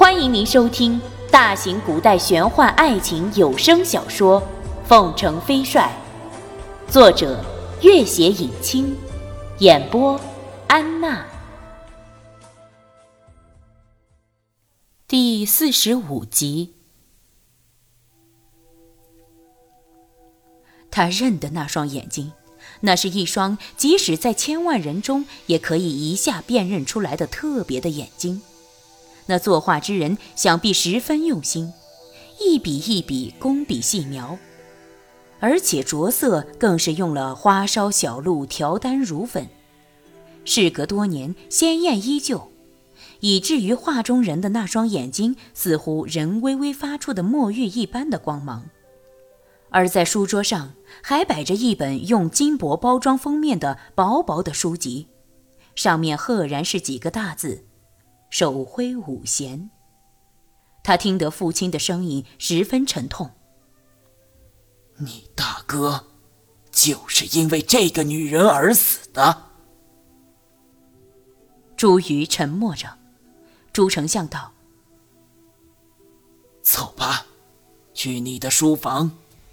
欢迎您收听大型古代玄幻爱情有声小说《凤城飞帅》，作者月写影清，演播安娜。第45集。他认得那双眼睛，那是一双即使在千万人中也可以一下辨认出来的特别的眼睛。那作画之人想必十分用心，一笔一笔工笔细描，而且着色更是用了花烧小鹿调丹乳粉，事隔多年鲜艳依旧，以至于画中人的那双眼睛似乎仍微微发出的墨玉一般的光芒。而在书桌上还摆着一本用金箔包装封面的薄薄的书籍，上面赫然是几个大字：手挥五弦。他听得父亲的声音十分沉痛： 你大哥就是因为这个女人而死的。 朱瑜沉默着。朱丞相道： 走吧，去你的书房。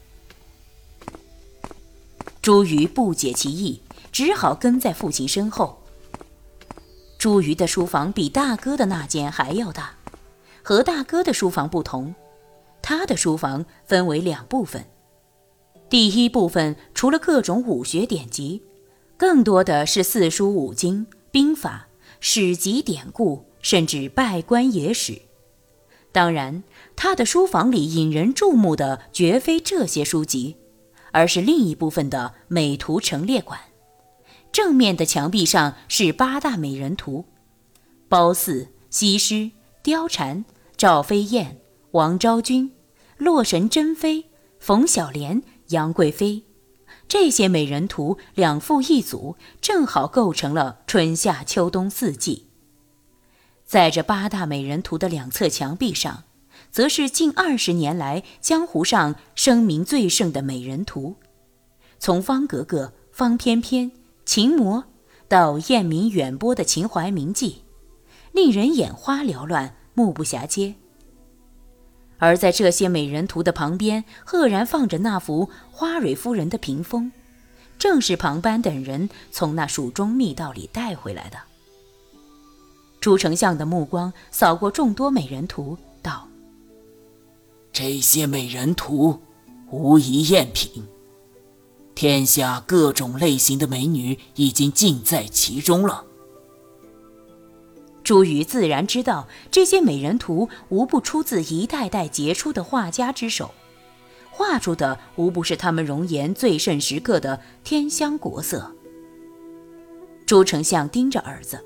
朱瑜不解其意，只好跟在父亲身后。朱瑜的书房比大哥的那间还要大，和大哥的书房不同，他的书房分为两部分。第一部分除了各种武学典籍，更多的是四书五经、兵法、史籍典故，甚至拜官野史。当然，他的书房里引人注目的绝非这些书籍，而是另一部分的美图陈列馆。正面的墙壁上是八大美人图：褒姒、西施、貂蝉、赵飞燕、王昭君、洛神珍妃、冯小莲、杨贵妃。这些美人图两副一组，正好构成了春夏秋冬四季。在这八大美人图的两侧墙壁上，则是近20年来江湖上声名最盛的美人图，从方格格、方翩翩、秦魔到艳名远播的秦淮名妓，令人眼花缭乱，目不暇接。而在这些美人图的旁边，赫然放着那幅花蕊夫人的屏风，正是庞班等人从那蜀中密道里带回来的。朱丞相的目光扫过众多美人图，道： 这些美人图无疑赝品，天下各种类型的美女已经尽在其中了。 朱瑜自然知道这些美人图无不出自一代代杰出的画家之手，画出的无不是他们容颜最盛时刻的天香国色。朱丞相盯着儿子：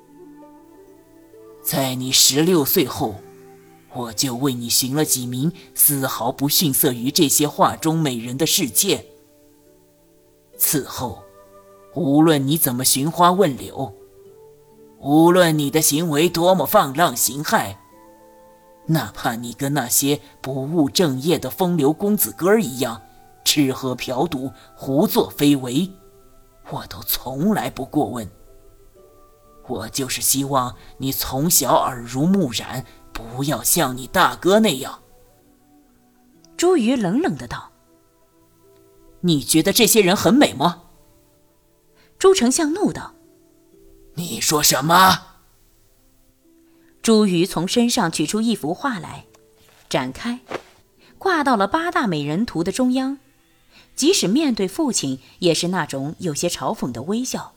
在你16岁后，我就为你寻了几名丝毫不逊色于这些画中美人的侍妾。此后，无论你怎么寻花问柳，无论你的行为多么放浪形骸，哪怕你跟那些不务正业的风流公子哥儿一样，吃喝嫖赌，胡作非为，我都从来不过问。我就是希望你从小耳濡目染，不要像你大哥那样。 朱瑜冷冷地道：你觉得这些人很美吗？朱丞相怒道： 你说什么？ 朱瑜从身上取出一幅画来，展开，挂到了八大美人图的中央，即使面对父亲，也是那种有些嘲讽的微笑。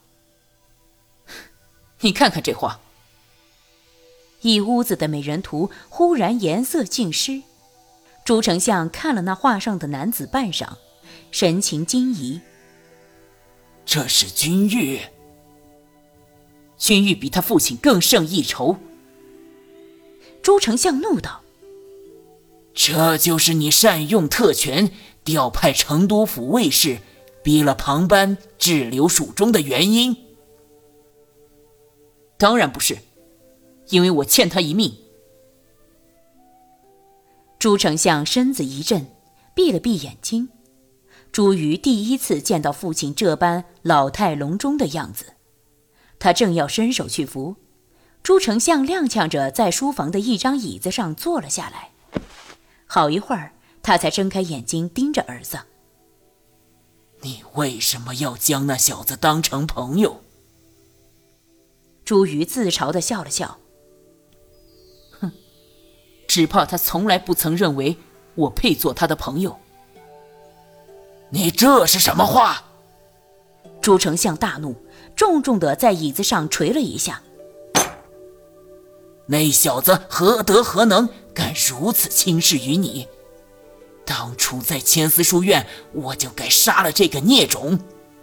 你看看这画。一屋子的美人图忽然颜色尽失，朱丞相看了那画上的男子半晌，神情惊疑： 这是君玉。 君玉比他父亲更胜一筹。朱丞相怒道： 这就是你善用特权，调派成都府卫士，逼了庞班滞留蜀中的原因？ 当然不是，因为我欠他一命。朱丞相身子一震，闭了闭眼睛。朱瑜第一次见到父亲这般老态龙钟的样子，他正要伸手去扶， 朱丞相踉跄着在书房的一张椅子上坐了下来，好一会儿，他才睁开眼睛盯着儿子。 你为什么要将那小子当成朋友？ 朱瑜自嘲地笑了笑， 哼，只怕他从来不曾认为我配做他的朋友。 你这是什么话？ 朱丞相大怒，重重地在椅子上捶了一下。 那小子何德何能，敢如此轻视于你？当初在千丝书院，我就该杀了这个孽种。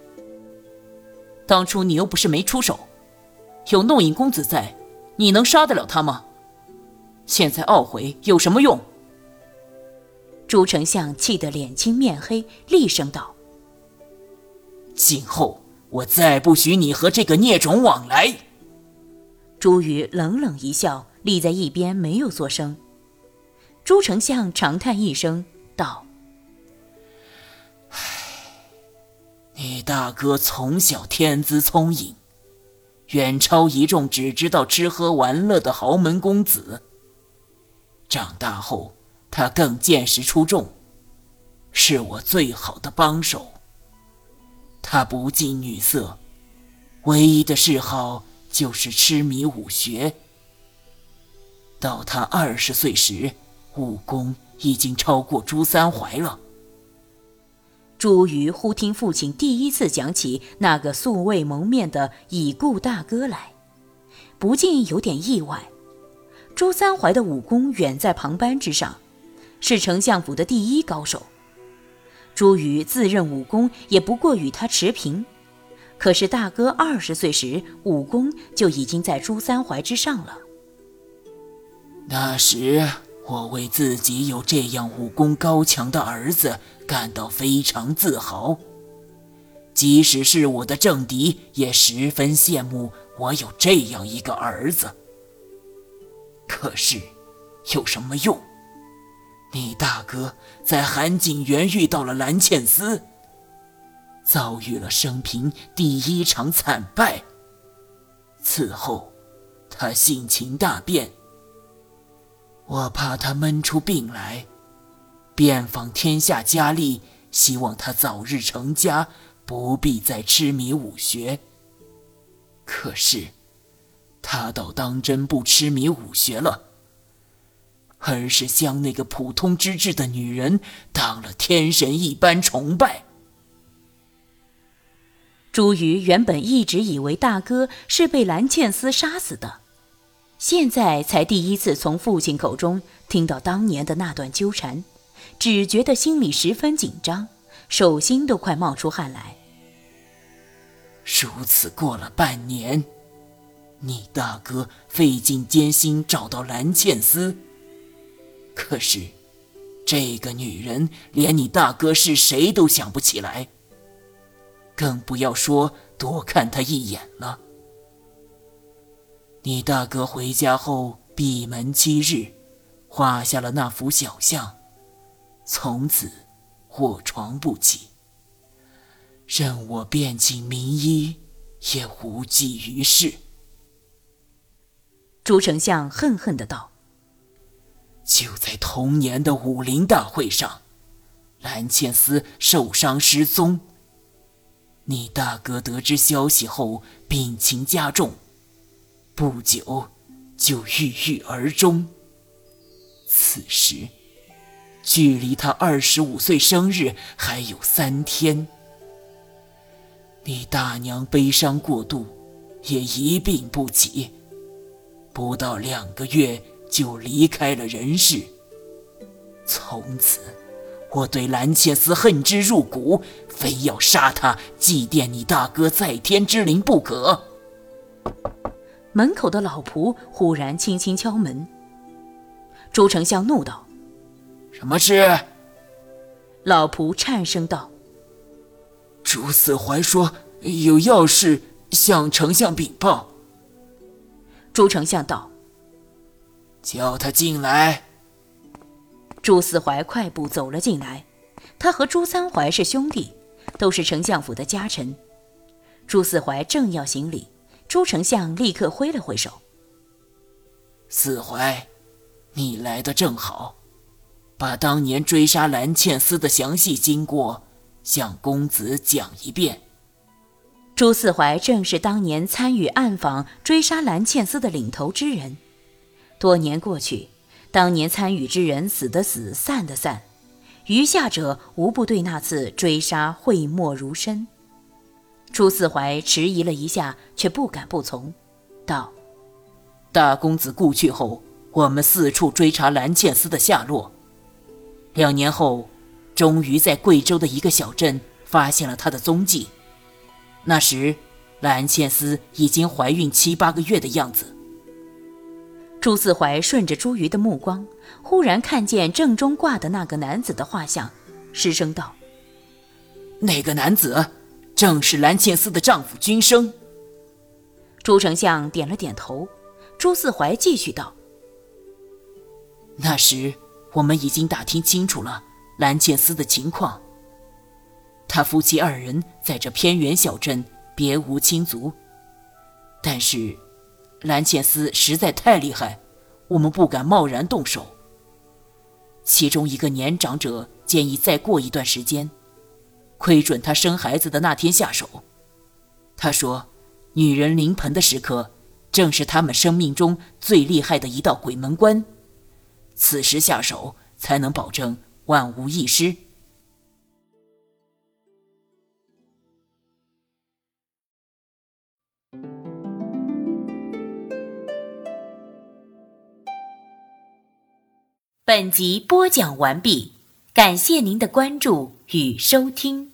当初你又不是没出手，有弄影公子在，你能杀得了他吗？现在懊悔有什么用？ 朱丞相气得脸青面黑，厉声道： 今后我再不许你和这个孽种往来。 朱瑜冷冷一笑，立在一边没有作声。朱丞相长叹一声道： 你大哥从小天资聪颖，远超一众只知道吃喝玩乐的豪门公子。长大后他更见识出众，是我最好的帮手。他不近女色，唯一的嗜好就是痴迷武学。到他20岁时，武功已经超过朱三怀了。 朱瑜忽听父亲第一次讲起那个素未谋面的已故大哥来，不禁有点意外。朱三怀的武功远在旁班之上，是丞相府的第一高手。朱瑜自认武功也不过与他持平，可是大哥20岁时武功就已经在朱三怀之上了。 那时我为自己有这样武功高强的儿子感到非常自豪，即使是我的政敌也十分羡慕我有这样一个儿子。可是有什么用？你大哥在韩景园遇到了蓝茜丝，遭遇了生平第一场惨败。此后他性情大变，我怕他闷出病来，遍访天下佳丽，希望他早日成家，不必再痴迷武学。可是他倒当真不痴迷武学了，而是将那个普通之至的女人当了天神一般崇拜。 朱瑜原本一直以为大哥是被蓝茜丝杀死的，现在才第一次从父亲口中听到当年的那段纠缠，只觉得心里十分紧张，手心都快冒出汗来。 如此过了半年，你大哥费尽艰辛找到蓝茜丝，可是这个女人连你大哥是谁都想不起来，更不要说多看她一眼了。你大哥回家后闭门7日，画下了那幅小像，从此卧床不起，任我遍请名医也无济于事。 朱丞相恨恨地道： 就在同年的武林大会上，蓝茜丝受伤失踪，你大哥得知消息后病情加重，不久就郁郁而终。此时距离他25岁生日还有3天，你大娘悲伤过度，也一病不起，不到2个月就离开了人世。从此我对蓝茜丝恨之入骨，非要杀她，祭奠你大哥在天之灵不可。 门口的老仆忽然轻轻敲门。朱丞相怒道： 什么事？ 老仆颤声道： 朱四怀说有要事向丞相禀报。 朱丞相道： 叫他进来。 朱四怀快步走了进来，他和朱三怀是兄弟，都是丞相府的家臣。朱四怀正要行礼，朱丞相立刻挥了挥手： 四怀，你来得正好，把当年追杀蓝茜丝的详细经过向公子讲一遍。 朱四怀正是当年参与暗访追杀蓝茜丝的领头之人。多年过去，当年参与之人死的死，散的散，余下者无不对那次追杀讳莫如深。朱四怀迟疑了一下，却不敢不从，道： 大公子故去后，我们四处追查蓝茜丝的下落。2年后，终于在贵州的一个小镇发现了她的踪迹。那时，蓝茜丝已经怀孕7、8个月的样子。 朱四怀顺着朱瑜的目光，忽然看见正中挂的那个男子的画像，失声道： 那个男子正是蓝茜丝的丈夫君生。 朱丞相点了点头。朱四怀继续道： 那时我们已经打听清楚了蓝茜丝的情况。他夫妻2人在这偏远小镇别无亲族，但是蓝茜丝实在太厉害，我们不敢贸然动手。其中一个年长者建议再过一段时间，亏准她生孩子的那天下手。他说，女人临盆的时刻正是他们生命中最厉害的一道鬼门关，此时下手才能保证万无一失。 本集播讲完毕，感谢您的关注与收听。